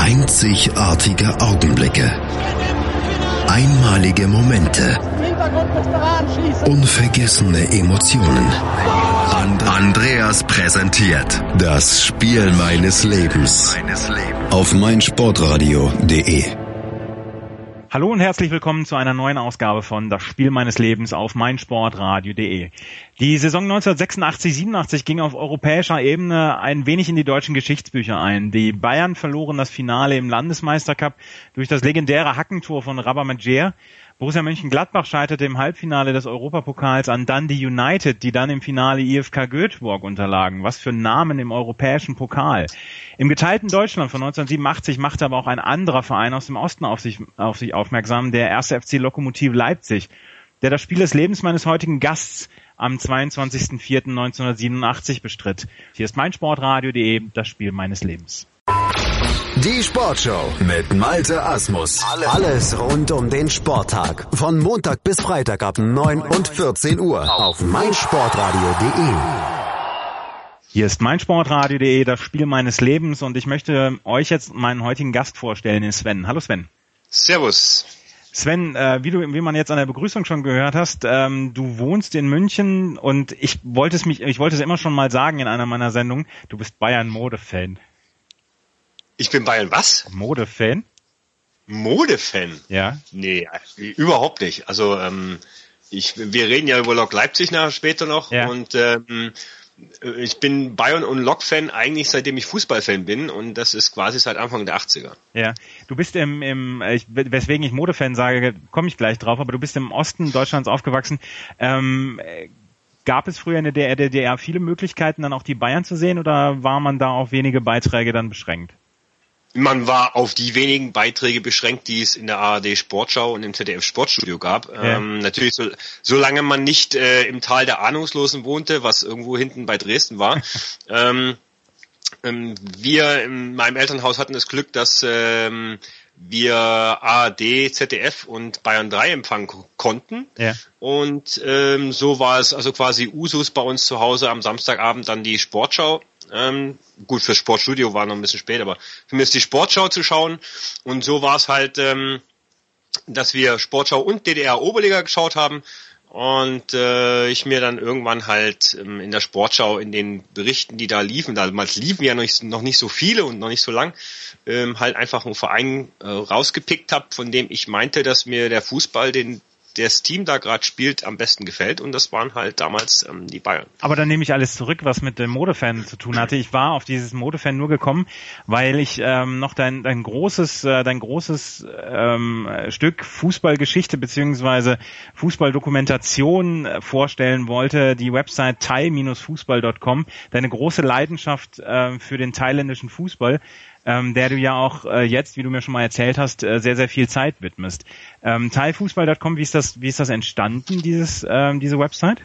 Einzigartige Augenblicke. Einmalige Momente. Unvergessene Emotionen. Andreas präsentiert das Spiel meines Lebens auf meinsportradio.de. Hallo und herzlich willkommen zu einer neuen Ausgabe von Das Spiel meines Lebens auf meinsportradio.de. Die Saison 1986/87 ging auf europäischer Ebene ein wenig in die deutschen Geschichtsbücher ein. Die Bayern verloren das Finale im Landesmeistercup durch das legendäre Hackentor von Rabamadjer. Borussia Mönchengladbach scheiterte im Halbfinale des Europapokals an Dundee United, die dann im Finale IFK Göteborg unterlagen. Was für Namen im europäischen Pokal. Im geteilten Deutschland von 1987 machte aber auch ein anderer Verein aus dem Osten auf sich aufmerksam, der 1. FC Lokomotive Leipzig, der das Spiel des Lebens meines heutigen Gasts am 22.04.1987 bestritt. Hier ist meinsportradio.de, das Spiel meines Lebens. Die Sportshow mit Malte Asmus. Alles rund um den Sporttag. Von Montag bis Freitag ab 9 und 14 Uhr auf meinsportradio.de. Hier ist meinsportradio.de, das Spiel meines Lebens, und ich möchte euch jetzt meinen heutigen Gast vorstellen, den Sven. Hallo Sven. Servus. Sven, wie man jetzt an der Begrüßung schon gehört hast, du wohnst in München, und ich wollte es immer schon mal sagen in einer meiner Sendungen, du bist Bayern-Mode-Fan. Ich bin Bayern was? Mode-Fan? Mode-Fan? Ja. Nee, überhaupt nicht. Also wir reden ja über Lok Leipzig später noch, ja. Und ich bin Bayern- und Lok-Fan eigentlich seitdem ich Fußballfan bin, und das ist quasi seit Anfang der 80er. Ja, du bist weswegen ich Mode-Fan sage, komme ich gleich drauf, aber du bist im Osten Deutschlands aufgewachsen. Gab es früher in der DDR viele Möglichkeiten, dann auch die Bayern zu sehen, oder war man da auf wenige Beiträge dann beschränkt? Man war auf die wenigen Beiträge beschränkt, die es in der ARD Sportschau und im ZDF Sportstudio gab. Ja. Natürlich, solange man nicht im Tal der Ahnungslosen wohnte, was irgendwo hinten bei Dresden war. Wir in meinem Elternhaus hatten das Glück, dass wir ARD, ZDF und Bayern 3 empfangen konnten. Ja. Und so war es also quasi Usus bei uns zu Hause am Samstagabend dann die Sportschau. Gut, fürs Sportstudio war noch ein bisschen spät, aber für mich ist die Sportschau zu schauen. Und so war es halt, dass wir Sportschau und DDR-Oberliga geschaut haben. Und ich mir dann irgendwann halt in der Sportschau, in den Berichten, die da liefen, damals liefen ja noch nicht so viele und noch nicht so lang, halt einfach einen Verein rausgepickt habe, von dem ich meinte, dass mir der Fußball, das Team da gerade spielt, am besten gefällt, und das waren halt damals die Bayern. Aber dann nehme ich alles zurück, was mit dem Modefan zu tun hatte. Ich war auf dieses Modefan nur gekommen, weil ich noch dein großes Stück Fußballgeschichte bzw. Fußballdokumentation vorstellen wollte, die Website thai-fußball.com, deine große Leidenschaft für den thailändischen Fußball, der du ja auch jetzt, wie du mir schon mal erzählt hast, sehr, sehr viel Zeit widmest. Thai-Fußball.com, wie ist das entstanden, diese Website?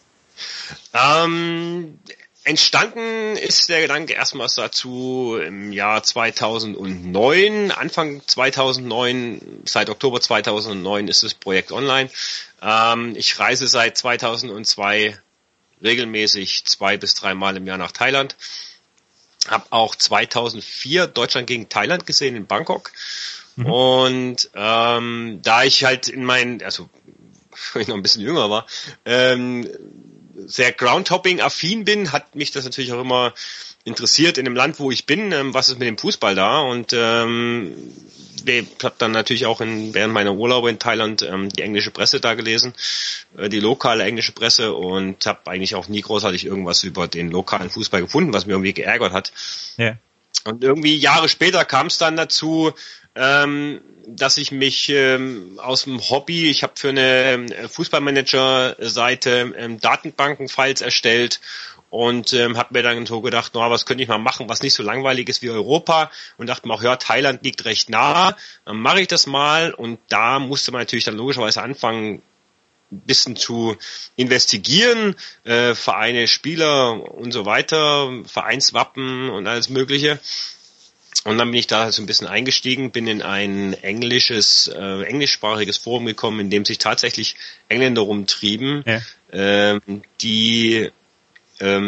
Entstanden ist der Gedanke erstmals dazu im Jahr 2009, Anfang 2009, seit Oktober 2009 ist das Projekt online. Ich reise seit 2002 regelmäßig 2 bis 3 Mal im Jahr nach Thailand. Habe auch 2004 Deutschland gegen Thailand gesehen in Bangkok. Mhm. Und da ich halt also wenn ich noch ein bisschen jünger war, sehr Groundhopping-affin bin, hat mich das natürlich auch immer interessiert in dem Land, wo ich bin, was ist mit dem Fußball da, und ich habe dann natürlich auch während meiner Urlaube in Thailand die englische Presse da gelesen, die lokale englische Presse, und habe eigentlich auch nie großartig irgendwas über den lokalen Fußball gefunden, was mir irgendwie geärgert hat. Ja. Und irgendwie Jahre später kam es dann dazu, dass ich mich aus dem Hobby, ich habe für eine Fußballmanager-Seite Datenbanken-Files erstellt, und habe mir dann so gedacht, was könnte ich mal machen, was nicht so langweilig ist wie Europa, und dachte mir auch, ja, Thailand liegt recht nah, dann mache ich das mal. Und da musste man natürlich dann logischerweise anfangen, ein bisschen zu investigieren, Vereine, Spieler und so weiter, Vereinswappen und alles Mögliche. Und dann bin ich da so ein bisschen eingestiegen, bin in ein englischsprachiges Forum gekommen, in dem sich tatsächlich Engländer rumtrieben, ja. Die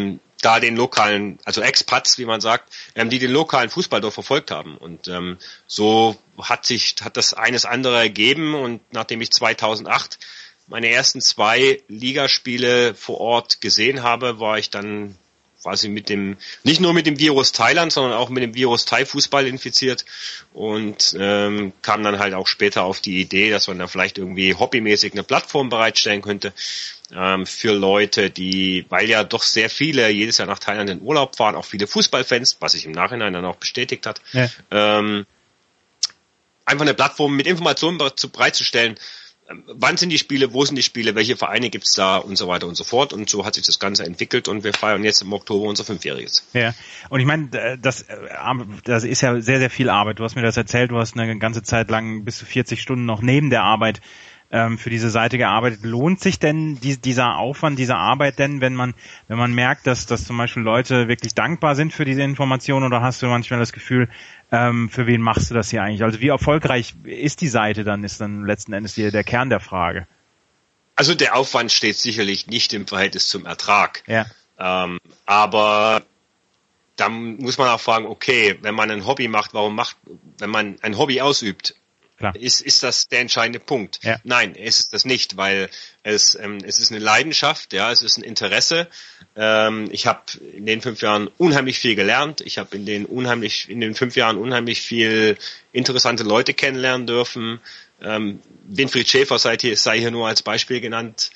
da den lokalen, also Expats, wie man sagt, die den lokalen Fußball dort verfolgt haben. Und so hat das eines andere ergeben. Und nachdem ich 2008 meine ersten 2 Ligaspiele vor Ort gesehen habe, war ich dann quasi nicht nur mit dem Virus Thailand, sondern auch mit dem Virus Thai-Fußball infiziert und kam dann halt auch später auf die Idee, dass man da vielleicht irgendwie hobbymäßig eine Plattform bereitstellen könnte für Leute, weil ja doch sehr viele jedes Jahr nach Thailand in Urlaub fahren, auch viele Fußballfans, was sich im Nachhinein dann auch bestätigt hat, einfach eine Plattform mit Informationen bereitzustellen. Wann sind die Spiele, wo sind die Spiele, welche Vereine gibt's da und so weiter und so fort. Und so hat sich das Ganze entwickelt und wir feiern jetzt im Oktober unser 5-jähriges. Ja, und ich meine, das ist ja sehr, sehr viel Arbeit. Du hast mir das erzählt, du hast eine ganze Zeit lang bis zu 40 Stunden noch neben der Arbeit für diese Seite gearbeitet. Lohnt sich denn dieser Aufwand, diese Arbeit denn, wenn man merkt, dass zum Beispiel Leute wirklich dankbar sind für diese Information, oder hast du manchmal das Gefühl, für wen machst du das hier eigentlich? Also wie erfolgreich ist die Seite dann, ist dann letzten Endes hier der Kern der Frage. Also der Aufwand steht sicherlich nicht im Verhältnis zum Ertrag. Ja. Aber da muss man auch fragen, okay, wenn man ein Hobby macht, wenn man ein Hobby ausübt, klar, ist das der entscheidende Punkt? Ja. Nein, ist es das nicht, weil es ist eine Leidenschaft, ja, es ist ein Interesse. Ich habe in den 5 Jahren unheimlich viel gelernt. Ich habe in den 5 Jahren unheimlich viel interessante Leute kennenlernen dürfen. Winfried Schäfer sei hier nur als Beispiel genannt,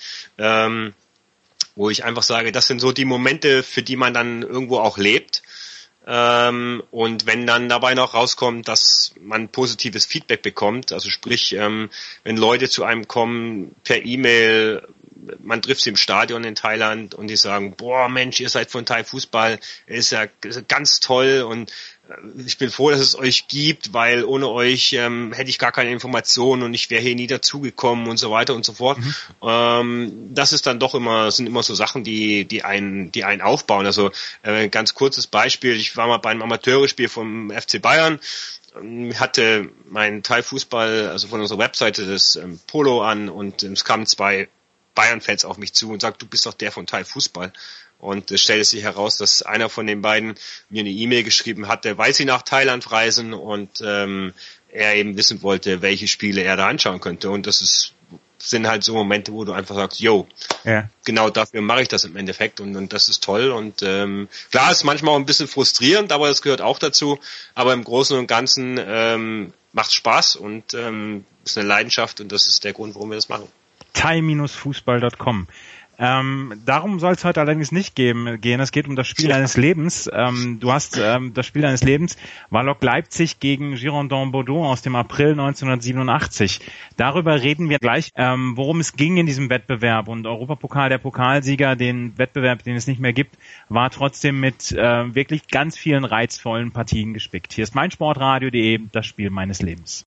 wo ich einfach sage, das sind so die Momente, für die man dann irgendwo auch lebt. Und wenn dann dabei noch rauskommt, dass man positives Feedback bekommt, also sprich, wenn Leute zu einem kommen per E-Mail, man trifft sie im Stadion in Thailand und die sagen, boah Mensch, ihr seid von Thai Fußball, ist ja ganz toll und ich bin froh, dass es euch gibt, weil ohne euch hätte ich gar keine Informationen und ich wäre hier nie dazugekommen und so weiter und so fort. Das ist dann doch sind immer so Sachen, die einen aufbauen. Also ganz kurzes Beispiel, ich war mal bei einem Amateurspiel vom FC Bayern, hatte mein Thai-Fußball, also von unserer Webseite das Polo an und es kamen 2 Bayern-Fans auf mich zu und sagt, du bist doch der von Thai-Fußball. Und es stellte sich heraus, dass einer von den beiden mir eine E-Mail geschrieben hatte, weil sie nach Thailand reisen und er eben wissen wollte, welche Spiele er da anschauen könnte. Und sind halt so Momente, wo du einfach sagst, yo, ja, genau dafür mache ich das im Endeffekt und das ist toll. Und klar, ist manchmal auch ein bisschen frustrierend, aber das gehört auch dazu. Aber im Großen und Ganzen macht Spaß und ist eine Leidenschaft und das ist der Grund, warum wir das machen. Thai-Fußball.com. Darum soll es heute allerdings nicht gehen. Es geht um das Spiel deines Lebens. Du hast das Spiel deines Lebens war Lok Leipzig gegen Girondins Bordeaux aus dem April 1987. Darüber reden wir gleich, worum es ging in diesem Wettbewerb. Und Europapokal, der Pokalsieger, den Wettbewerb, den es nicht mehr gibt, war trotzdem mit wirklich ganz vielen reizvollen Partien gespickt. Hier ist meinsportradio.de, das Spiel meines Lebens.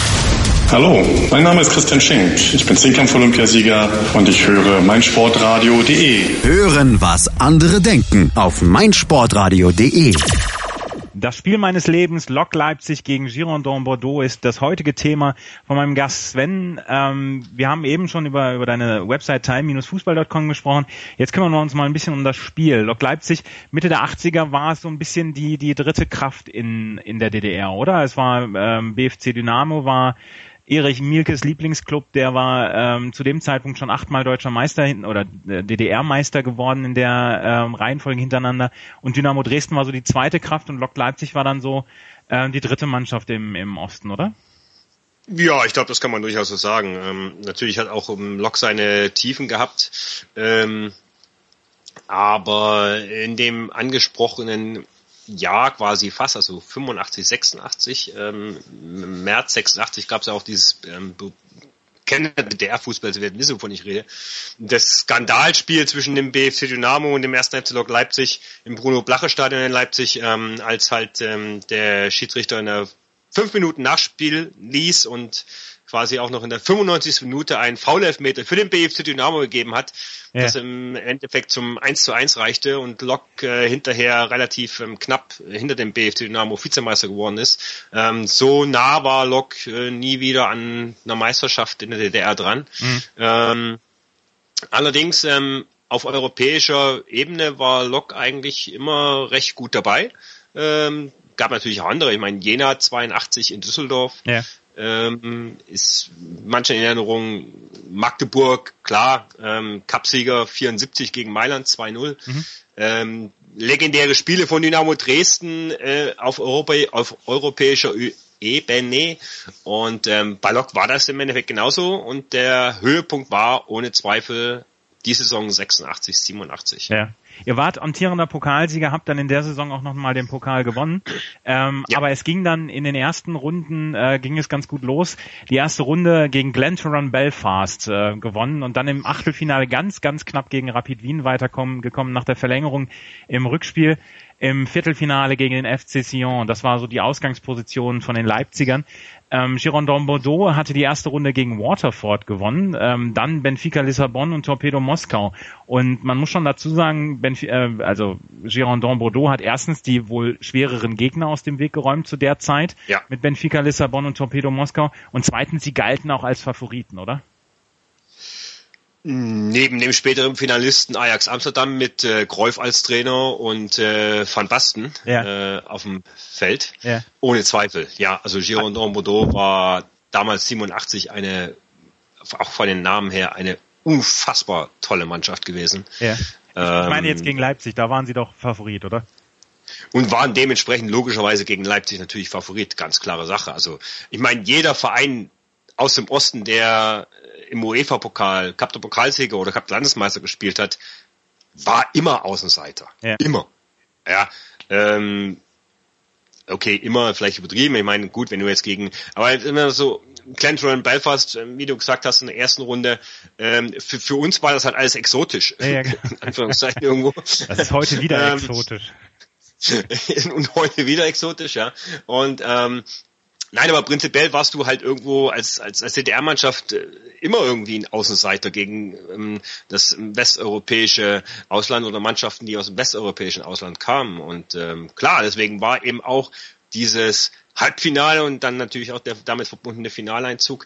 Hallo, mein Name ist Christian Schenk. Ich bin Zehnkampf-Olympiasieger und ich höre meinsportradio.de. Hören, was andere denken auf meinsportradio.de. Das Spiel meines Lebens, Lok Leipzig gegen Girondins Bordeaux, ist das heutige Thema von meinem Gast Sven. Wir haben eben schon über deine Website time-fußball.com gesprochen. Jetzt kümmern wir uns mal ein bisschen um das Spiel. Lok Leipzig, Mitte der 80er war es so ein bisschen die dritte Kraft in der DDR, oder? Es war BFC Dynamo, war Erich Mielkes Lieblingsclub, der war zu dem Zeitpunkt schon 8-mal deutscher Meister oder DDR-Meister geworden in der Reihenfolge hintereinander. Und Dynamo Dresden war so die zweite Kraft und Lok Leipzig war dann so die dritte Mannschaft im Osten, oder? Ja, ich glaube, das kann man durchaus so sagen. Natürlich hat auch Lok seine Tiefen gehabt, aber in dem angesprochenen Jahr quasi fast, also 85, 86, März 86 gab es ja auch dieses Kenner der Fußball, Sie werden wissen, wovon ich rede. Das Skandalspiel zwischen dem BFC Dynamo und dem 1. FC Lok Leipzig im Bruno-Blache-Stadion in Leipzig, als halt der Schiedsrichter in der 5 Minuten Nachspiel ließ und quasi auch noch in der 95. Minute einen Foul-Elfmeter für den BFC Dynamo gegeben hat, ja, das im Endeffekt zum 1:1 reichte und Lok hinterher relativ knapp hinter dem BFC Dynamo Vizemeister geworden ist. So nah war Lok nie wieder an einer Meisterschaft in der DDR dran. Allerdings auf europäischer Ebene war Lok eigentlich immer recht gut dabei. Gab natürlich auch andere. Ich meine, Jena 82 in Düsseldorf. Ja. Ist manche in Erinnerung. Magdeburg, klar, Cupsieger 74 gegen Mailand 2-0. Legendäre Spiele von Dynamo Dresden auf europäischer Ebene. Und bei Lok war das im Endeffekt genauso. Und der Höhepunkt war ohne Zweifel die Saison 86, 87. Ja. Ihr wart amtierender Pokalsieger, habt dann in der Saison auch nochmal den Pokal gewonnen. Aber es ging dann in den ersten Runden, ging es ganz gut los. Die erste Runde gegen Glentoran Belfast gewonnen und dann im Achtelfinale ganz, ganz knapp gegen Rapid Wien gekommen nach der Verlängerung im Rückspiel. Im Viertelfinale gegen den FC Sion. Das war so die Ausgangsposition von den Leipzigern. Girondins Bordeaux hatte die erste Runde gegen Waterford gewonnen, dann Benfica Lissabon und Torpedo Moskau. Und man muss schon dazu sagen, Girondins Bordeaux hat erstens die wohl schwereren Gegner aus dem Weg geräumt zu der Zeit mit Benfica Lissabon und Torpedo Moskau. Und zweitens, sie galten auch als Favoriten, oder? Neben dem späteren Finalisten Ajax Amsterdam mit Cruyff als Trainer und Van Basten auf dem Feld. Ja. Ohne Zweifel. Ja, also Girondins Bordeaux war damals 87 auch von den Namen her, eine unfassbar tolle Mannschaft gewesen. Ja. Ich meine jetzt gegen Leipzig, da waren sie doch Favorit, oder? Und waren dementsprechend logischerweise gegen Leipzig natürlich Favorit, ganz klare Sache. Also ich meine, jeder Verein aus dem Osten, der im UEFA-Pokal, Cup der Pokalsieger oder Cup der Landesmeister gespielt hat, war immer Außenseiter. Ja. Immer. Ja. Okay, immer vielleicht übertrieben. Ich meine, gut, wenn du jetzt aber immer so Glentoran Belfast, wie du gesagt hast in der ersten Runde, für uns war das halt alles exotisch. Ja. In Anführungszeichen irgendwo. Das ist heute wieder exotisch. Und heute wieder exotisch, ja. Und nein, aber prinzipiell warst du halt irgendwo als DDR-Mannschaft immer irgendwie ein Außenseiter gegen das westeuropäische Ausland oder Mannschaften, die aus dem westeuropäischen Ausland kamen. Und klar, deswegen war eben auch dieses Halbfinale und dann natürlich auch der damit verbundene Finaleinzug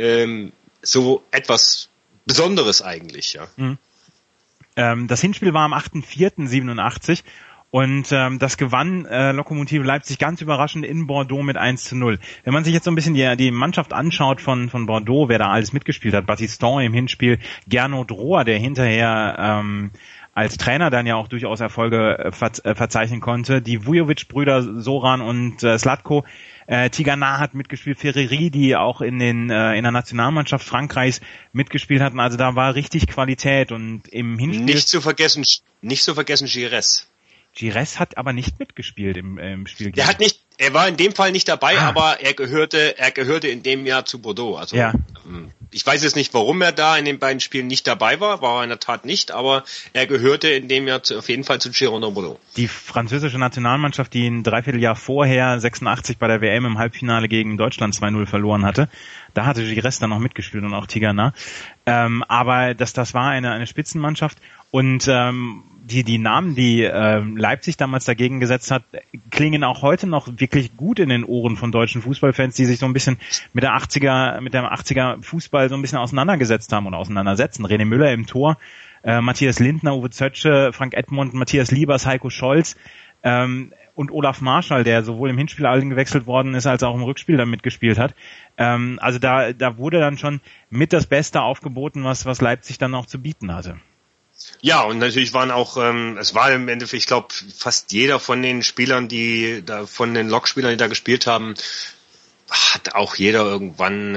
so etwas Besonderes eigentlich, ja. Das Hinspiel war am 8.4.87. Und das gewann Lokomotive Leipzig ganz überraschend in Bordeaux mit 1-0. Wenn man sich jetzt so ein bisschen die Mannschaft anschaut von Bordeaux, wer da alles mitgespielt hat, Battiston im Hinspiel, Gernot Rohr, der hinterher als Trainer dann ja auch durchaus Erfolge verzeichnen konnte, die Vujovic-Brüder Soran und Slatko, Tigana hat mitgespielt, Ferreri, die auch in der Nationalmannschaft Frankreichs mitgespielt hatten. Also da war richtig Qualität und im Hinspiel... Nicht zu vergessen Gires. Gires hat aber nicht mitgespielt im Spiel. Er war in dem Fall nicht dabei, aber er gehörte in dem Jahr zu Bordeaux. Also ich weiß jetzt nicht, warum er da in den beiden Spielen nicht dabei war er in der Tat nicht, aber er gehörte in dem Jahr auf jeden Fall zu Girondins Bordeaux. Die französische Nationalmannschaft, die ein Dreivierteljahr vorher 86 bei der WM im Halbfinale gegen Deutschland 2-0 verloren hatte, da hatte Gires dann noch mitgespielt und auch Tigana. Aber das war eine Spitzenmannschaft und die Namen, die Leipzig damals dagegen gesetzt hat, klingen auch heute noch wirklich gut in den Ohren von deutschen Fußballfans, die sich so ein bisschen mit dem 80er Fußball so ein bisschen auseinandergesetzt haben oder auseinandersetzen. René Müller im Tor, Matthias Lindner, Uwe Zötsche, Frank Edmund, Matthias Liebers, Heiko Scholz und Olaf Marschall, der sowohl im Hinspiel gewechselt worden ist, als auch im Rückspiel dann mitgespielt hat. Also da wurde dann schon mit das Beste aufgeboten, was Leipzig dann auch zu bieten hatte. Ja, und natürlich waren auch, es war im Endeffekt, ich glaube, fast jeder von den Spielern, von den Lokspielern, die da gespielt haben, hat auch jeder irgendwann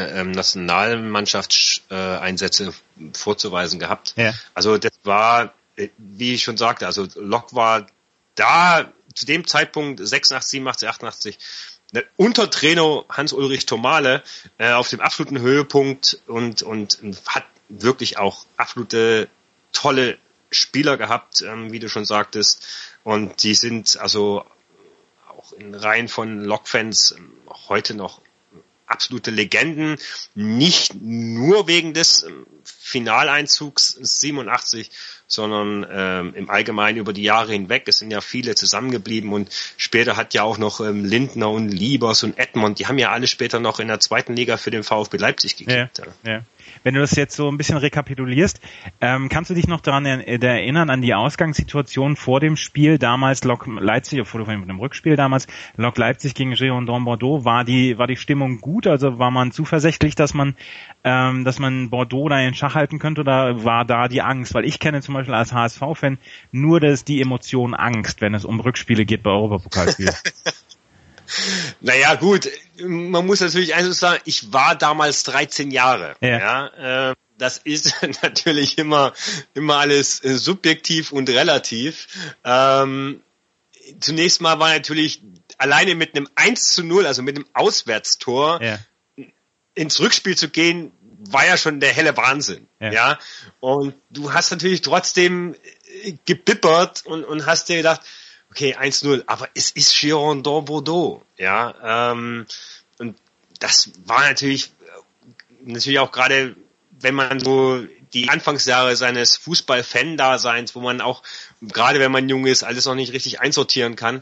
Nationalmannschaftseinsätze vorzuweisen gehabt. Ja. Also das war, wie ich schon sagte, also Lok war da zu dem Zeitpunkt 86, 87, 88 unter Trainer Hans-Ulrich Thomale auf dem absoluten Höhepunkt und hat wirklich auch absolute tolle Spieler gehabt, wie du schon sagtest, und die sind also auch in Reihen von Lok-Fans heute noch absolute Legenden, nicht nur wegen des Finaleinzugs 87, sondern im Allgemeinen über die Jahre hinweg. Es sind ja viele zusammengeblieben und später hat ja auch noch Lindner und Liebers und Edmond, die haben ja alle später noch in der zweiten Liga für den VfB Leipzig gekickt. Ja. Wenn du das jetzt so ein bisschen rekapitulierst, kannst du dich noch daran erinnern, an die Ausgangssituation vor dem Spiel damals Lok Leipzig, vor dem Rückspiel damals, Lok Leipzig gegen Girondins Bordeaux, war die Stimmung gut? Also war man zuversichtlich, dass man Bordeaux da in Schach halten könnte, oder war da die Angst? Weil ich kenne zum Beispiel als HSV-Fan nur die Emotion Angst, wenn es um Rückspiele geht bei Europapokalspielen. Naja, gut, man muss natürlich eins sagen, ich war damals 13 Jahre. Ja. Das ist natürlich immer alles subjektiv und relativ. Zunächst mal war natürlich alleine mit einem 1:0, also mit einem Auswärtstor, ins Rückspiel zu gehen, war ja schon der helle Wahnsinn. Ja. Und du hast natürlich trotzdem gebibbert und hast dir gedacht, okay, 1:0, aber es ist Girondins Bordeaux, ja, und das war natürlich auch gerade, wenn man so die Anfangsjahre seines Fußball-Fan-Daseins, wo man auch, gerade wenn man jung ist, alles noch nicht richtig einsortieren kann,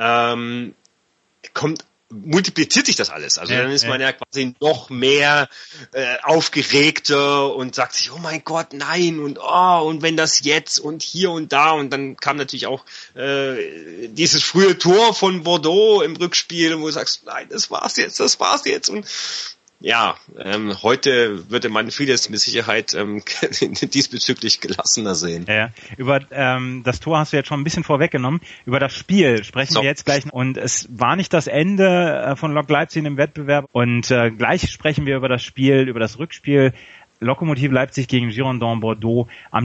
multipliziert sich das alles. Also dann ist man ja quasi noch mehr aufgeregter und sagt sich, oh mein Gott, nein, und wenn das jetzt und hier und da, und dann kam natürlich auch dieses frühe Tor von Bordeaux im Rückspiel, wo du sagst, nein, das war's jetzt und ja, heute würde man vieles mit Sicherheit diesbezüglich gelassener sehen. Ja, über das Tor hast du jetzt schon ein bisschen vorweggenommen. Über das Spiel sprechen wir jetzt gleich. Und es war nicht das Ende von Lok Leipzig im Wettbewerb. Und gleich sprechen wir über das Spiel, über das Rückspiel Lokomotive Leipzig gegen Girondins Bordeaux am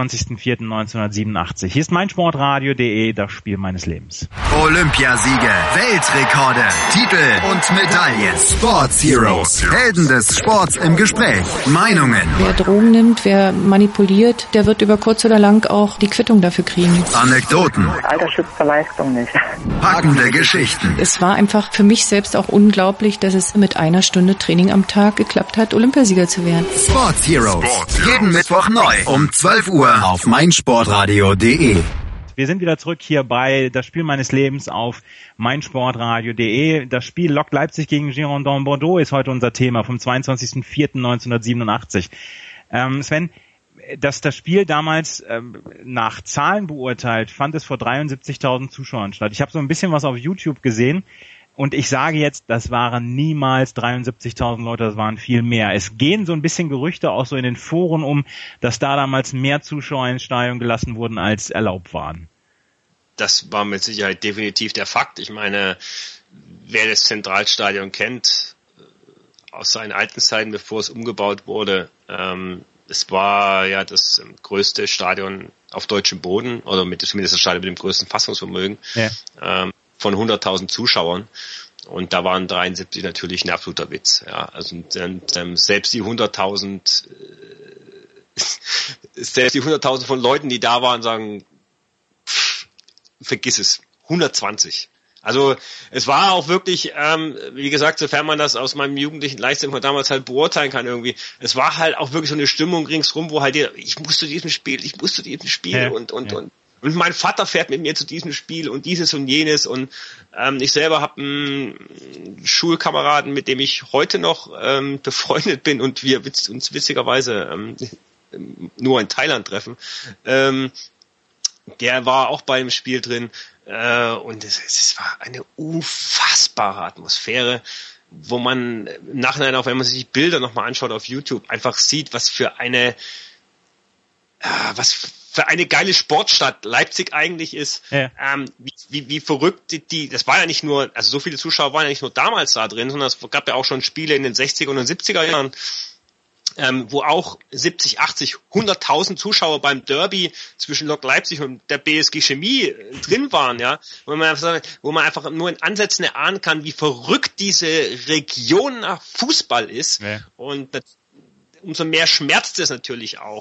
22.04.1987. Hier ist meinsportradio.de, das Spiel meines Lebens. Olympiasiege, Weltrekorde, Titel und Medaillen. Sports Heroes, Helden des Sports im Gespräch. Meinungen. Wer Drogen nimmt, wer manipuliert, der wird über kurz oder lang auch die Quittung dafür kriegen. Anekdoten. Alter schützt zur Leistung nicht. Packende Geschichten. Es war einfach für mich selbst auch unglaublich, dass es mit 1 Stunde Training am Tag geklappt hat, Olympiasieger zu werden. Sports Heroes. Jeden Mittwoch neu um 12 Uhr auf meinsportradio.de. Wir sind wieder zurück hier bei das Spiel meines Lebens auf meinsportradio.de. Das Spiel Lok Leipzig gegen Girondins Bordeaux ist heute unser Thema vom 22.04.1987. Sven, dass das Spiel damals nach Zahlen beurteilt, fand es vor 73.000 Zuschauern statt. Ich habe so ein bisschen was auf YouTube gesehen. Und ich sage jetzt, das waren niemals 73.000 Leute, das waren viel mehr. Es gehen so ein bisschen Gerüchte auch so in den Foren um, dass da damals mehr Zuschauer ins Stadion gelassen wurden, als erlaubt waren. Das war mit Sicherheit definitiv der Fakt. Ich meine, wer das Zentralstadion kennt, aus seinen alten Zeiten, bevor es umgebaut wurde, es war ja das größte Stadion auf deutschem Boden, oder zumindest das Stadion mit dem größten Fassungsvermögen. Ja. Von 100.000 Zuschauern, und da waren 73 natürlich ein absoluter Witz. Ja, also selbst die 100.000 von Leuten, die da waren, sagen, vergiss es, 120. Also es war auch wirklich, wie gesagt, sofern man das aus meinem jugendlichen Leichtsinn von damals halt beurteilen kann irgendwie, es war halt auch wirklich so eine Stimmung ringsrum, wo halt ich muss zu diesem Spiel ja, und mein Vater fährt mit mir zu diesem Spiel und dieses und jenes, und ich selber habe einen Schulkameraden, mit dem ich heute noch befreundet bin, und wir uns witzigerweise nur in Thailand treffen. Der war auch bei dem Spiel drin, und es war eine unfassbare Atmosphäre, wo man im Nachhinein, auch wenn man sich die Bilder nochmal anschaut auf YouTube, einfach sieht, was für eine geile Sportstadt Leipzig eigentlich ist, ja. Wie verrückt das war ja nicht nur, also so viele Zuschauer waren ja nicht nur damals da drin, sondern es gab ja auch schon Spiele in den 60er und den 70er Jahren, wo auch 70, 80, 100.000 Zuschauer beim Derby zwischen Lok Leipzig und der BSG Chemie drin waren, ja, wo man einfach nur in Ansätzen erahnen kann, wie verrückt diese Region nach Fußball ist, ja. Und umso mehr schmerzt es natürlich auch,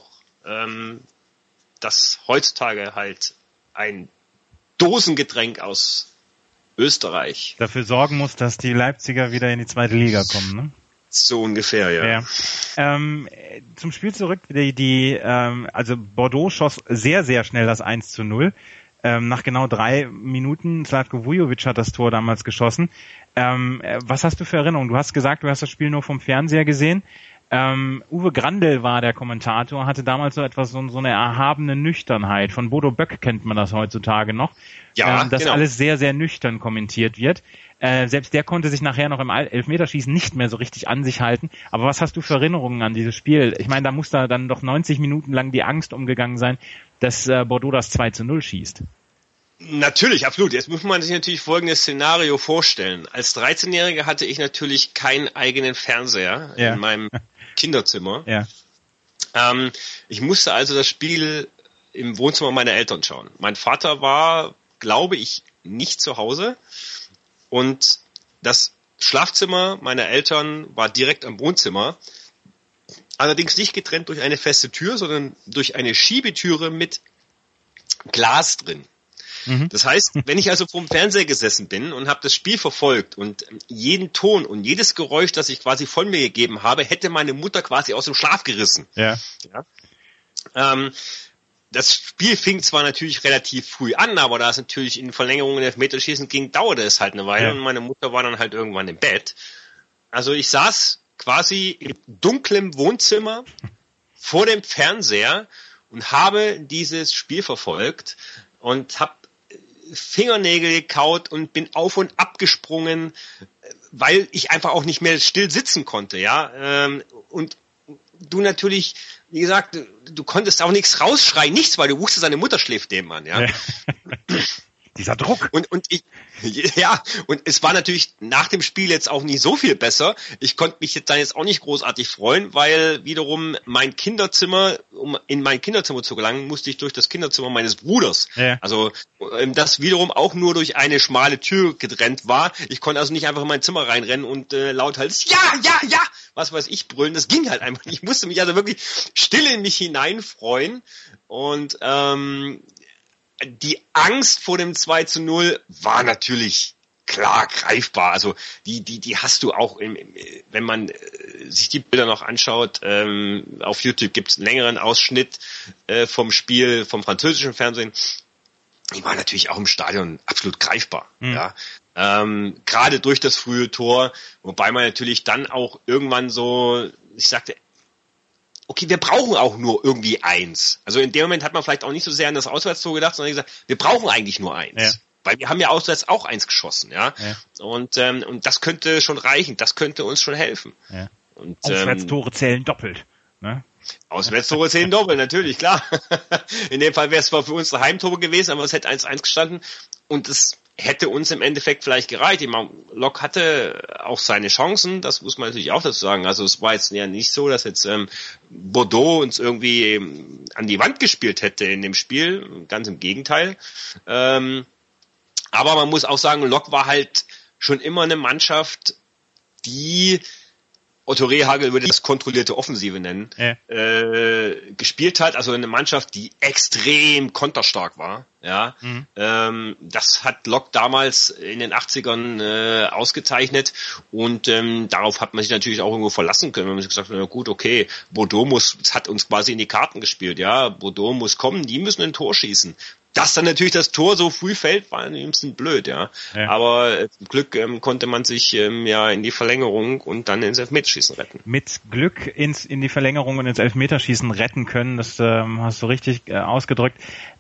dass heutzutage halt ein Dosengetränk aus Österreich dafür sorgen muss, dass die Leipziger wieder in die zweite Liga kommen, ne? So ungefähr, ja. Zum Spiel zurück, also Bordeaux schoss sehr, sehr schnell das 1:0. Nach genau 3 Minuten, Slatko Vujovic hat das Tor damals geschossen. Was hast du für Erinnerungen? Du hast gesagt, du hast das Spiel nur vom Fernseher gesehen. Uwe Grandl war der Kommentator, hatte damals so etwas, so eine erhabene Nüchternheit. Von Bodo Böck kennt man das heutzutage noch. Ja, dass genau. Alles sehr, sehr nüchtern kommentiert wird. Selbst der konnte sich nachher noch im Elfmeterschießen nicht mehr so richtig an sich halten. Aber was hast du für Erinnerungen an dieses Spiel? Ich meine, da muss da dann doch 90 Minuten lang die Angst umgegangen sein, dass Bordeaux das 2:0 schießt. Natürlich, absolut. Jetzt muss man sich natürlich folgendes Szenario vorstellen. Als 13-Jähriger hatte ich natürlich keinen eigenen Fernseher in meinem Kinderzimmer. Ja. Ich musste also das Spiel im Wohnzimmer meiner Eltern schauen. Mein Vater war, glaube ich, nicht zu Hause und das Schlafzimmer meiner Eltern war direkt am Wohnzimmer. Allerdings nicht getrennt durch eine feste Tür, sondern durch eine Schiebetüre mit Glas drin. Das heißt, wenn ich also vorm Fernseher gesessen bin und habe das Spiel verfolgt und jeden Ton und jedes Geräusch, das ich quasi von mir gegeben habe, hätte meine Mutter quasi aus dem Schlaf gerissen. Ja. Das Spiel fing zwar natürlich relativ früh an, aber da es natürlich in Verlängerungen Elfmeterschießen ging, dauerte es halt eine Weile und meine Mutter war dann halt irgendwann im Bett. Also ich saß quasi im dunklen Wohnzimmer vor dem Fernseher und habe dieses Spiel verfolgt und habe Fingernägel gekaut und bin auf und ab gesprungen, weil ich einfach auch nicht mehr still sitzen konnte, ja. Und du natürlich, wie gesagt, du konntest auch nichts rausschreien, nichts, weil du wusstest, deine Mutter schläft nebenan, ja. Dieser Druck. Und es war natürlich nach dem Spiel jetzt auch nicht so viel besser. Ich konnte mich jetzt auch nicht großartig freuen, weil wiederum um in mein Kinderzimmer zu gelangen, musste ich durch das Kinderzimmer meines Bruders. Ja. Also das wiederum auch nur durch eine schmale Tür getrennt war. Ich konnte also nicht einfach in mein Zimmer reinrennen und laut halt ja, was weiß ich brüllen. Das ging halt einfach nicht. Ich musste mich also wirklich still in mich hineinfreuen und die Angst vor dem 2:0 war natürlich klar greifbar. Also die hast du auch, wenn man sich die Bilder noch anschaut. Auf YouTube gibt's einen längeren Ausschnitt vom Spiel vom französischen Fernsehen. Die war natürlich auch im Stadion absolut greifbar. Ja. Gerade durch das frühe Tor, wobei man natürlich dann auch irgendwann so, ich sagte, okay, wir brauchen auch nur irgendwie eins. Also in dem Moment hat man vielleicht auch nicht so sehr an das Auswärtstor gedacht, sondern gesagt, wir brauchen eigentlich nur eins. Ja. Weil wir haben ja auswärts auch eins geschossen, ja. Und das könnte schon reichen, das könnte uns schon helfen. Ja. Und, Auswärtstore zählen doppelt, ne? Auswärtstore zählen doppelt, natürlich, klar. In dem Fall wäre es zwar für uns ein Heimtor gewesen, aber es hätte 1:1 gestanden und es hätte uns im Endeffekt vielleicht gereicht. Ich meine, Lok hatte auch seine Chancen, das muss man natürlich auch dazu sagen. Also es war jetzt ja nicht so, dass jetzt Bordeaux uns irgendwie an die Wand gespielt hätte in dem Spiel, ganz im Gegenteil. Aber man muss auch sagen, Lok war halt schon immer eine Mannschaft, die Otto Rehhagel würde das kontrollierte Offensive nennen, gespielt hat, also eine Mannschaft, die extrem konterstark war, ja. Das hat Lok damals in den 80ern ausgezeichnet und darauf hat man sich natürlich auch irgendwo verlassen können, wenn man sich gesagt hat, na gut, okay, Bordeaux hat uns quasi in die Karten gespielt, ja, Bordeaux muss kommen, die müssen ein Tor schießen. Dass dann natürlich das Tor so früh fällt, war ein bisschen blöd, ja. Aber zum Glück konnte man sich in die Verlängerung und dann ins Elfmeterschießen retten. Mit Glück in die Verlängerung und ins Elfmeterschießen retten können, das hast du richtig ausgedrückt.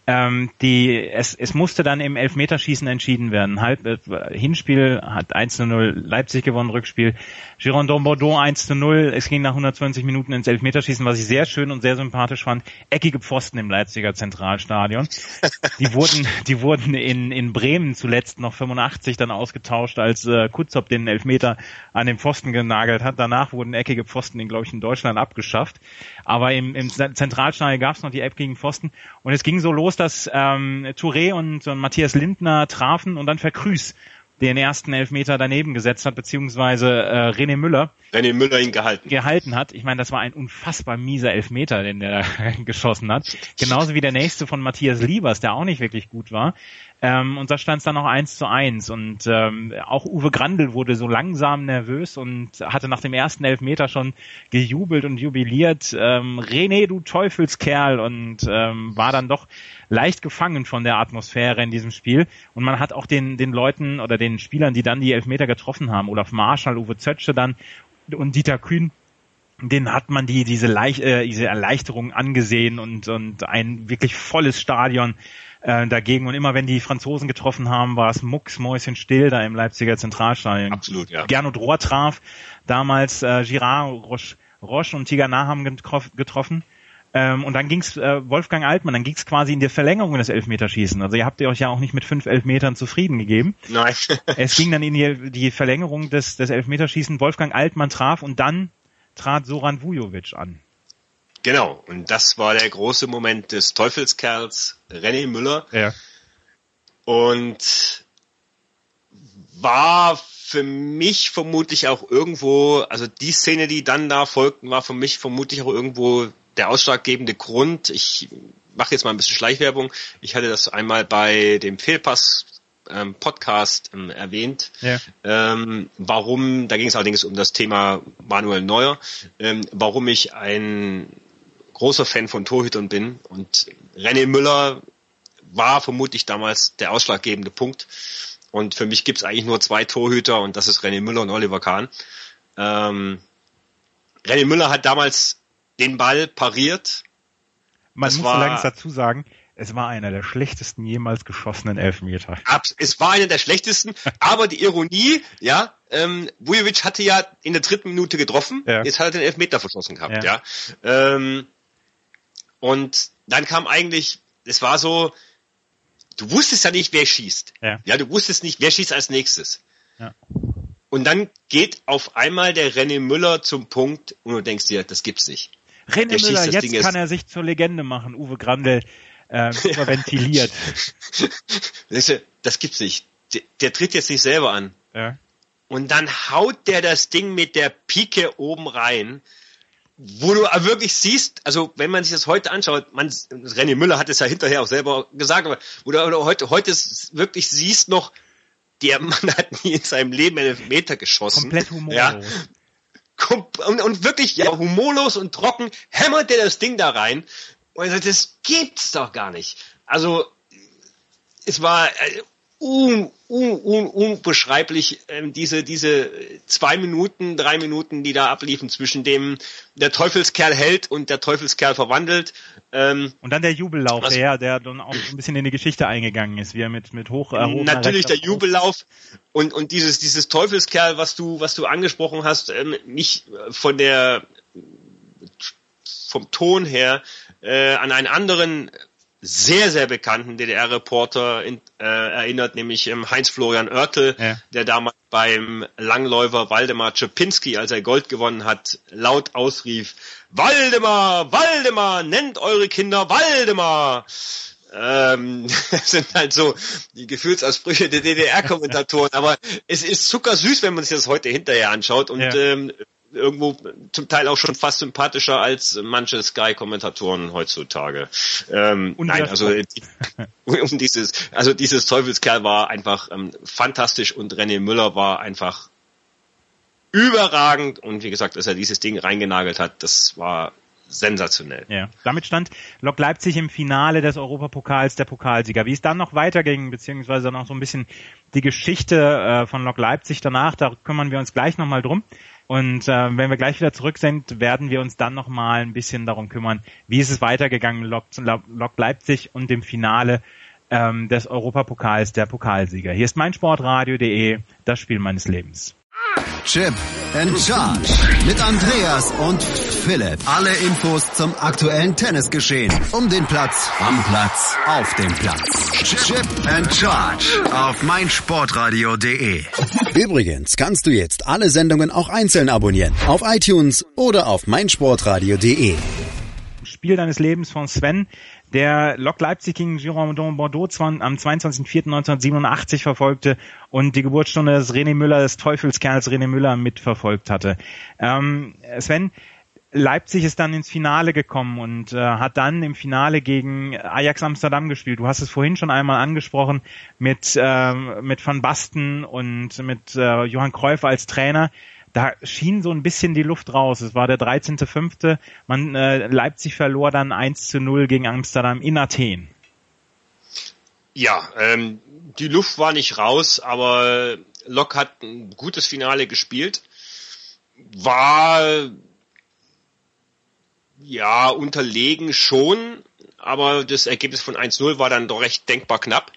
Es musste dann im Elfmeterschießen entschieden werden. Hinspiel hat 1:0 Leipzig gewonnen, Rückspiel Girondins Bordeaux 1:0. Es ging nach 120 Minuten ins Elfmeterschießen, was ich sehr schön und sehr sympathisch fand. Eckige Pfosten im Leipziger Zentralstadion. Die wurden in Bremen zuletzt noch 85 dann ausgetauscht, als Kutzop den Elfmeter an den Pfosten genagelt hat. Danach wurden eckige Pfosten in Deutschland abgeschafft. Aber im Zentralstadion gab es noch die eckigen Pfosten. Und es ging so los, dass Touré und Matthias Lindner trafen und dann Verkrüß den ersten Elfmeter daneben gesetzt hat, beziehungsweise René Müller ihn gehalten hat. Ich meine, das war ein unfassbar mieser Elfmeter, den der geschossen hat. Genauso wie der nächste von Matthias Liebers, der auch nicht wirklich gut war. Und da stand es dann noch 1:1 und auch Uwe Grandl wurde so langsam nervös und hatte nach dem ersten Elfmeter schon gejubelt und jubiliert. René, du Teufelskerl, und war dann doch leicht gefangen von der Atmosphäre in diesem Spiel. Und man hat auch den Leuten oder den Spielern, die dann die Elfmeter getroffen haben, Olaf Marschall, Uwe Zötsche dann und Dieter Kühn, denen hat man diese Erleichterung angesehen und ein wirklich volles Stadion dagegen. Und immer wenn die Franzosen getroffen haben, war es mucksmäuschenstill da im Leipziger Zentralstadion. Absolut, ja. Gernot Rohr traf damals Girard, Roche und Tigana haben getroffen. Und dann ging's Wolfgang Altmann, dann ging's quasi in der Verlängerung des Elfmeterschießen. Also ihr habt euch ja auch nicht mit 5 Elfmetern zufrieden gegeben. Nein. Es ging dann in die Verlängerung des Elfmeterschießen. Wolfgang Altmann traf und dann trat Zoran Vujovic an. Genau, und das war der große Moment des Teufelskerls René Müller. Ja. Und war für mich vermutlich auch irgendwo, also die Szene, die dann da folgten, war für mich vermutlich auch irgendwo der ausschlaggebende Grund. Ich mache jetzt mal ein bisschen Schleichwerbung. Ich hatte das einmal bei dem Fehlpass Podcast erwähnt. Ja. Warum, da ging es allerdings um das Thema Manuel Neuer, warum ich ein großer Fan von Torhütern bin, und René Müller war vermutlich damals der ausschlaggebende Punkt, und für mich gibt's eigentlich nur 2 Torhüter, und das ist René Müller und Oliver Kahn. René Müller hat damals den Ball pariert. Man muss allerdings dazu sagen, es war einer der schlechtesten jemals geschossenen Elfmeter. Es war einer der schlechtesten, aber die Ironie, ja, Vujovic hatte ja in der 3. Minute getroffen, ja. Jetzt hat er den Elfmeter verschossen gehabt, ja. Und dann kam eigentlich, es war so, du wusstest ja nicht, wer schießt. Ja, du wusstest nicht, wer schießt als nächstes. Ja. Und dann geht auf einmal der René Müller zum Punkt und du denkst dir, das gibt's nicht. René Müller, jetzt kann er sich zur Legende machen. Uwe Grandl überventiliert. Das gibt's nicht. Der tritt jetzt nicht selber an. Ja. Und dann haut der das Ding mit der Pike oben rein, wo du wirklich siehst, also wenn man sich das heute anschaut, René Müller hat es ja hinterher auch selber gesagt, aber wo du heute wirklich siehst noch, der Mann hat nie in seinem Leben einen Elfmeter geschossen. Komplett humorlos. Ja. Und wirklich, ja, humorlos und trocken hämmert der das Ding da rein. Und ich sag, das gibt's doch gar nicht. Also, es war unbeschreiblich, diese 2 Minuten, 3 Minuten, die da abliefen zwischen dem, der Teufelskerl hält und der Teufelskerl verwandelt. Und dann der Jubellauf, der dann auch ein bisschen in die Geschichte eingegangen ist, wie er mit hoch natürlich der Jubellauf und dieses Teufelskerl, was du angesprochen hast, mich vom Ton her an einen anderen sehr, sehr bekannten DDR-Reporter erinnert, nämlich Heinz-Florian Oertel, ja. Der damals beim Langläufer Waldemar Czerpinski, als er Gold gewonnen hat, laut ausrief, Waldemar, Waldemar, nennt eure Kinder Waldemar. Das sind halt so die Gefühlsausbrüche der DDR-Kommentatoren, aber es ist zuckersüß, wenn man sich das heute hinterher anschaut und ja. Irgendwo zum Teil auch schon fast sympathischer als manche Sky-Kommentatoren heutzutage. Nein, also dieses Teufelskerl war einfach fantastisch und René Müller war einfach überragend und wie gesagt, dass er dieses Ding reingenagelt hat, das war sensationell. Ja, damit stand Lok Leipzig im Finale des Europapokals der Pokalsieger. Wie es dann noch weiterging, beziehungsweise noch so ein bisschen die Geschichte von Lok Leipzig danach, da kümmern wir uns gleich nochmal drum. Und wenn wir gleich wieder zurück sind, werden wir uns dann nochmal ein bisschen darum kümmern, wie ist es weitergegangen, Lok Leipzig und dem Finale des Europapokals der Pokalsieger. Hier ist meinsportradio.de, das Spiel meines Lebens. Chip and Charge mit Andreas und Philipp. Alle Infos zum aktuellen Tennisgeschehen. Um den Platz, am Platz, auf dem Platz. Chip and Charge auf meinsportradio.de. Übrigens kannst du jetzt alle Sendungen auch einzeln abonnieren. Auf iTunes oder auf meinsportradio.de. Spiel deines Lebens von Sven, der Lok Leipzig gegen Girondins Bordeaux am 22.04.1987 verfolgte und die Geburtsstunde des René Müller, des Teufelskerls René Müller mitverfolgt hatte. Sven, Leipzig ist dann ins Finale gekommen und hat dann im Finale gegen Ajax Amsterdam gespielt. Du hast es vorhin schon einmal angesprochen mit Van Basten und mit Johann Cruyff als Trainer. Da schien so ein bisschen die Luft raus. Es war der 13.05. Leipzig verlor dann 1-0 gegen Amsterdam in Athen. Ja, die Luft war nicht raus, aber Lok hat ein gutes Finale gespielt. War ja unterlegen schon, aber das Ergebnis von 1-0 war dann doch recht denkbar knapp.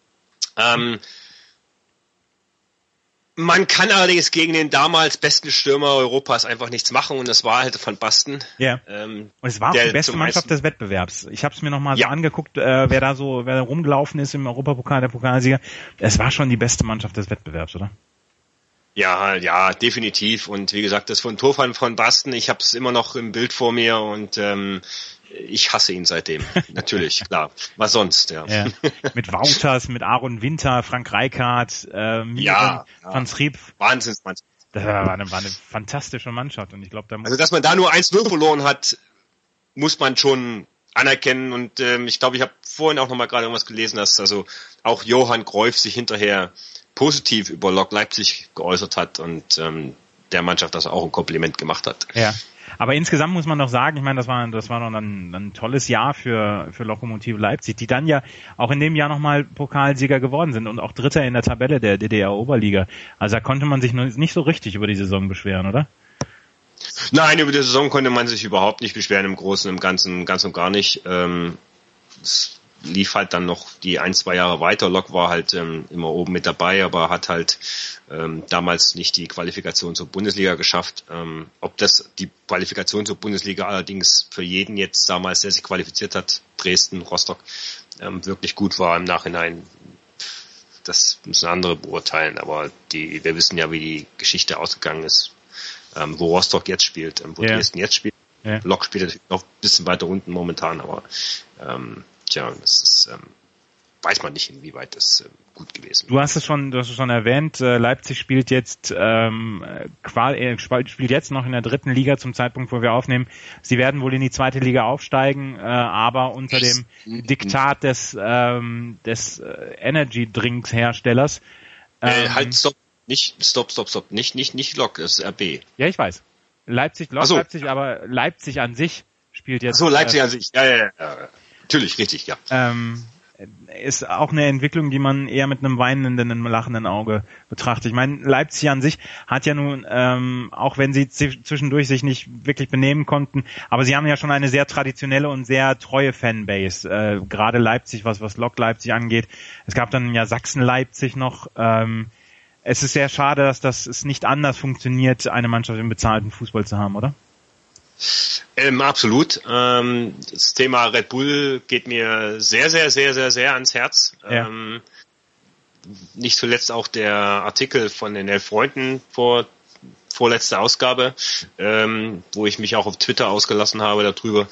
Man kann allerdings gegen den damals besten Stürmer Europas einfach nichts machen und das war halt Van Basten. Ja. Und es war auch die beste Mannschaft des Wettbewerbs. Ich habe es mir nochmal so angeguckt, wer da rumgelaufen ist im Europapokal, der Pokalsieger. Es war schon die beste Mannschaft des Wettbewerbs, oder? Ja, definitiv. Und wie gesagt, das von Tor von Basten, ich habe es immer noch im Bild vor mir und ich hasse ihn seitdem. Natürlich, klar. Was sonst, ja. Mit Wouters, mit Aaron Winter, Frank Rijkaard, Miron, Van Schriep. Wahnsinnsmannschaft. Das war eine fantastische Mannschaft und ich glaube, also, dass man da nur 1-0 verloren hat, muss man schon anerkennen und ich glaube, ich habe vorhin auch nochmal gerade irgendwas gelesen, dass also auch Johann Cruyff sich hinterher positiv über Lok Leipzig geäußert hat und der Mannschaft das auch ein Kompliment gemacht hat. Ja, aber insgesamt muss man doch sagen, ich meine, das war noch ein tolles Jahr für Lokomotive Leipzig, die dann ja auch in dem Jahr nochmal Pokalsieger geworden sind und auch Dritter in der Tabelle der DDR-Oberliga. Also da konnte man sich nicht so richtig über die Saison beschweren, oder? Nein, über die Saison konnte man sich überhaupt nicht beschweren, im Großen und im Ganzen, ganz und gar nicht. Es lief halt dann noch die 1-2 Jahre weiter. Lok war halt immer oben mit dabei, aber hat halt damals nicht die Qualifikation zur Bundesliga geschafft. Ob das die Qualifikation zur Bundesliga allerdings für jeden jetzt damals, der sich qualifiziert hat, Dresden, Rostock, wirklich gut war im Nachhinein, das müssen andere beurteilen. Aber wir wissen ja, wie die Geschichte ausgegangen ist, wo Rostock jetzt spielt, wo Dresden jetzt spielt. Ja. Lok spielt natürlich noch ein bisschen weiter unten momentan, aber das ist, weiß man nicht, inwieweit das gut gewesen ist. Du hast es schon erwähnt, Leipzig spielt jetzt spielt jetzt noch in der 3. Liga zum Zeitpunkt, wo wir aufnehmen. Sie werden wohl in die 2. Liga aufsteigen, aber unter dem Diktat des Energy Drinks Herstellers. Stopp, nicht Lok, das ist RB. Ja, ich weiß. Leipzig, aber Leipzig an sich spielt jetzt. Leipzig an sich, ja. Natürlich, richtig, ja. Ist auch eine Entwicklung, die man eher mit einem weinenden, einem lachenden Auge betrachtet. Ich meine, Leipzig an sich hat ja nun, auch wenn sie zwischendurch sich nicht wirklich benehmen konnten, aber sie haben ja schon eine sehr traditionelle und sehr treue Fanbase. Gerade Leipzig, was Lok Leipzig angeht. Es gab dann ja Sachsen-Leipzig noch. Es ist sehr schade, dass es nicht anders funktioniert, eine Mannschaft im bezahlten Fußball zu haben, oder? Absolut. Das Thema Red Bull geht mir sehr, sehr, sehr, sehr, sehr ans Herz. Ja. Nicht zuletzt auch der Artikel von den 11 Freunden vorletzte Ausgabe, wo ich mich auch auf Twitter ausgelassen habe darüber.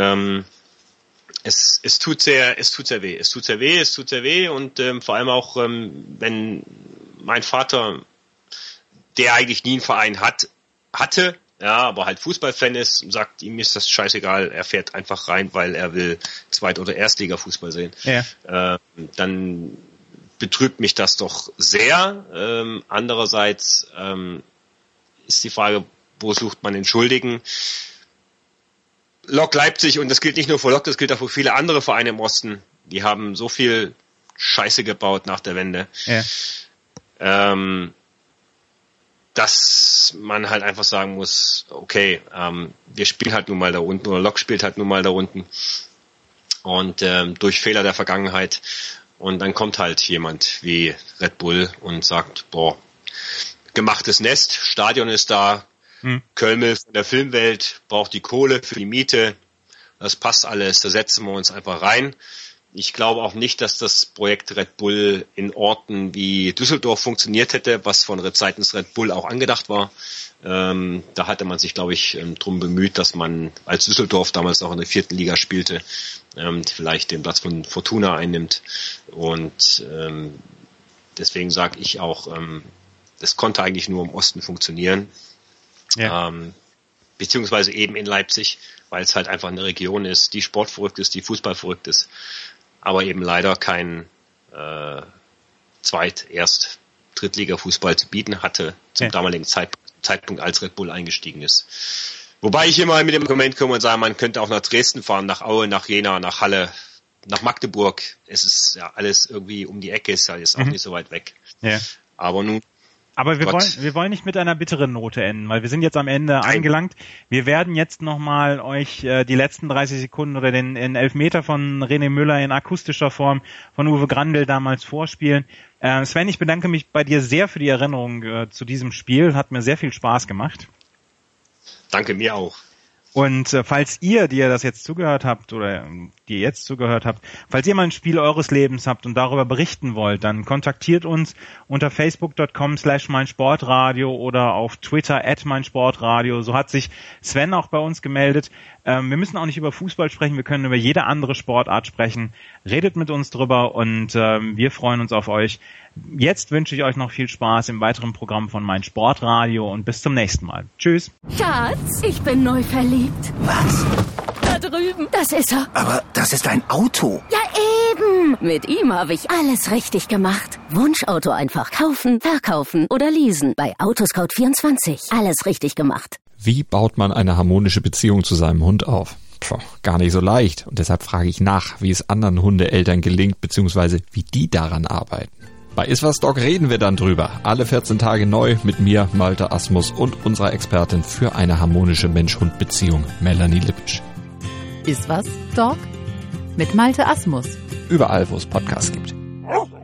Es tut sehr weh und vor allem auch, wenn mein Vater, der eigentlich nie einen Verein hatte, ja, aber halt Fußballfan ist und sagt, ihm ist das scheißegal, er fährt einfach rein, weil er will Zweit- oder Erstliga-Fußball sehen. Ja. Dann betrübt mich das doch sehr. Andererseits ist die Frage, wo sucht man den Schuldigen? Lok Leipzig, und das gilt nicht nur für Lok, das gilt auch für viele andere Vereine im Osten, die haben so viel Scheiße gebaut nach der Wende. Ja. Dass man halt einfach sagen muss, okay, wir spielen halt nun mal da unten oder Lok spielt halt nun mal da unten und durch Fehler der Vergangenheit und dann kommt halt jemand wie Red Bull und sagt, gemachtes Nest, Stadion ist da, Kölmel von der Filmwelt braucht die Kohle für die Miete, das passt alles, da setzen wir uns einfach rein. Ich glaube auch nicht, dass das Projekt Red Bull in Orten wie Düsseldorf funktioniert hätte, was von seitens Red Bull auch angedacht war. Da hatte man sich, glaube ich, drum bemüht, dass man, als Düsseldorf damals auch in der 4. Liga spielte, vielleicht den Platz von Fortuna einnimmt. Und deswegen sage ich auch, das konnte eigentlich nur im Osten funktionieren. Ja. beziehungsweise eben in Leipzig, weil es halt einfach eine Region ist, die sportverrückt ist, die fußballverrückt ist, aber eben leider kein Drittliga-Fußball zu bieten hatte zum damaligen Zeitpunkt, als Red Bull eingestiegen ist. Wobei ich immer mit dem Argument komme und sage, man könnte auch nach Dresden fahren, nach Aue, nach Jena, nach Halle, nach Magdeburg. Es ist ja alles irgendwie um die Ecke, ist ja jetzt auch nicht so weit weg. Ja. Aber nun. Aber wir wollen nicht mit einer bitteren Note enden, weil wir sind jetzt am Ende angelangt. Wir werden jetzt nochmal euch die letzten 30 Sekunden oder den Elfmeter von René Müller in akustischer Form von Uwe Grandl damals vorspielen. Sven, ich bedanke mich bei dir sehr für die Erinnerung zu diesem Spiel. Hat mir sehr viel Spaß gemacht. Danke, mir auch. Und falls ihr, die ihr das jetzt zugehört habt oder die ihr jetzt zugehört habt, falls ihr mal ein Spiel eures Lebens habt und darüber berichten wollt, dann kontaktiert uns unter facebook.com/meinsportradio oder auf Twitter @meinsportradio. So hat sich Sven auch bei uns gemeldet. Wir müssen auch nicht über Fußball sprechen, wir können über jede andere Sportart sprechen. Redet mit uns drüber und wir freuen uns auf euch. Jetzt wünsche ich euch noch viel Spaß im weiteren Programm von Mein Sportradio und bis zum nächsten Mal. Tschüss. Schatz, ich bin neu verliebt. Was? Da drüben. Das ist er. Aber das ist ein Auto. Ja, eben. Mit ihm habe ich alles richtig gemacht. Wunschauto einfach kaufen, verkaufen oder leasen. Bei Autoscout24. Alles richtig gemacht. Wie baut man eine harmonische Beziehung zu seinem Hund auf? Gar nicht so leicht. Und deshalb frage ich nach, wie es anderen Hundeeltern gelingt, beziehungsweise wie die daran arbeiten. Bei Iswas Dog reden wir dann drüber. Alle 14 Tage neu mit mir, Malte Asmus und unserer Expertin für eine harmonische Mensch-Hund-Beziehung, Melanie Lippisch. Iswas Dog mit Malte Asmus. Überall, wo es Podcasts gibt.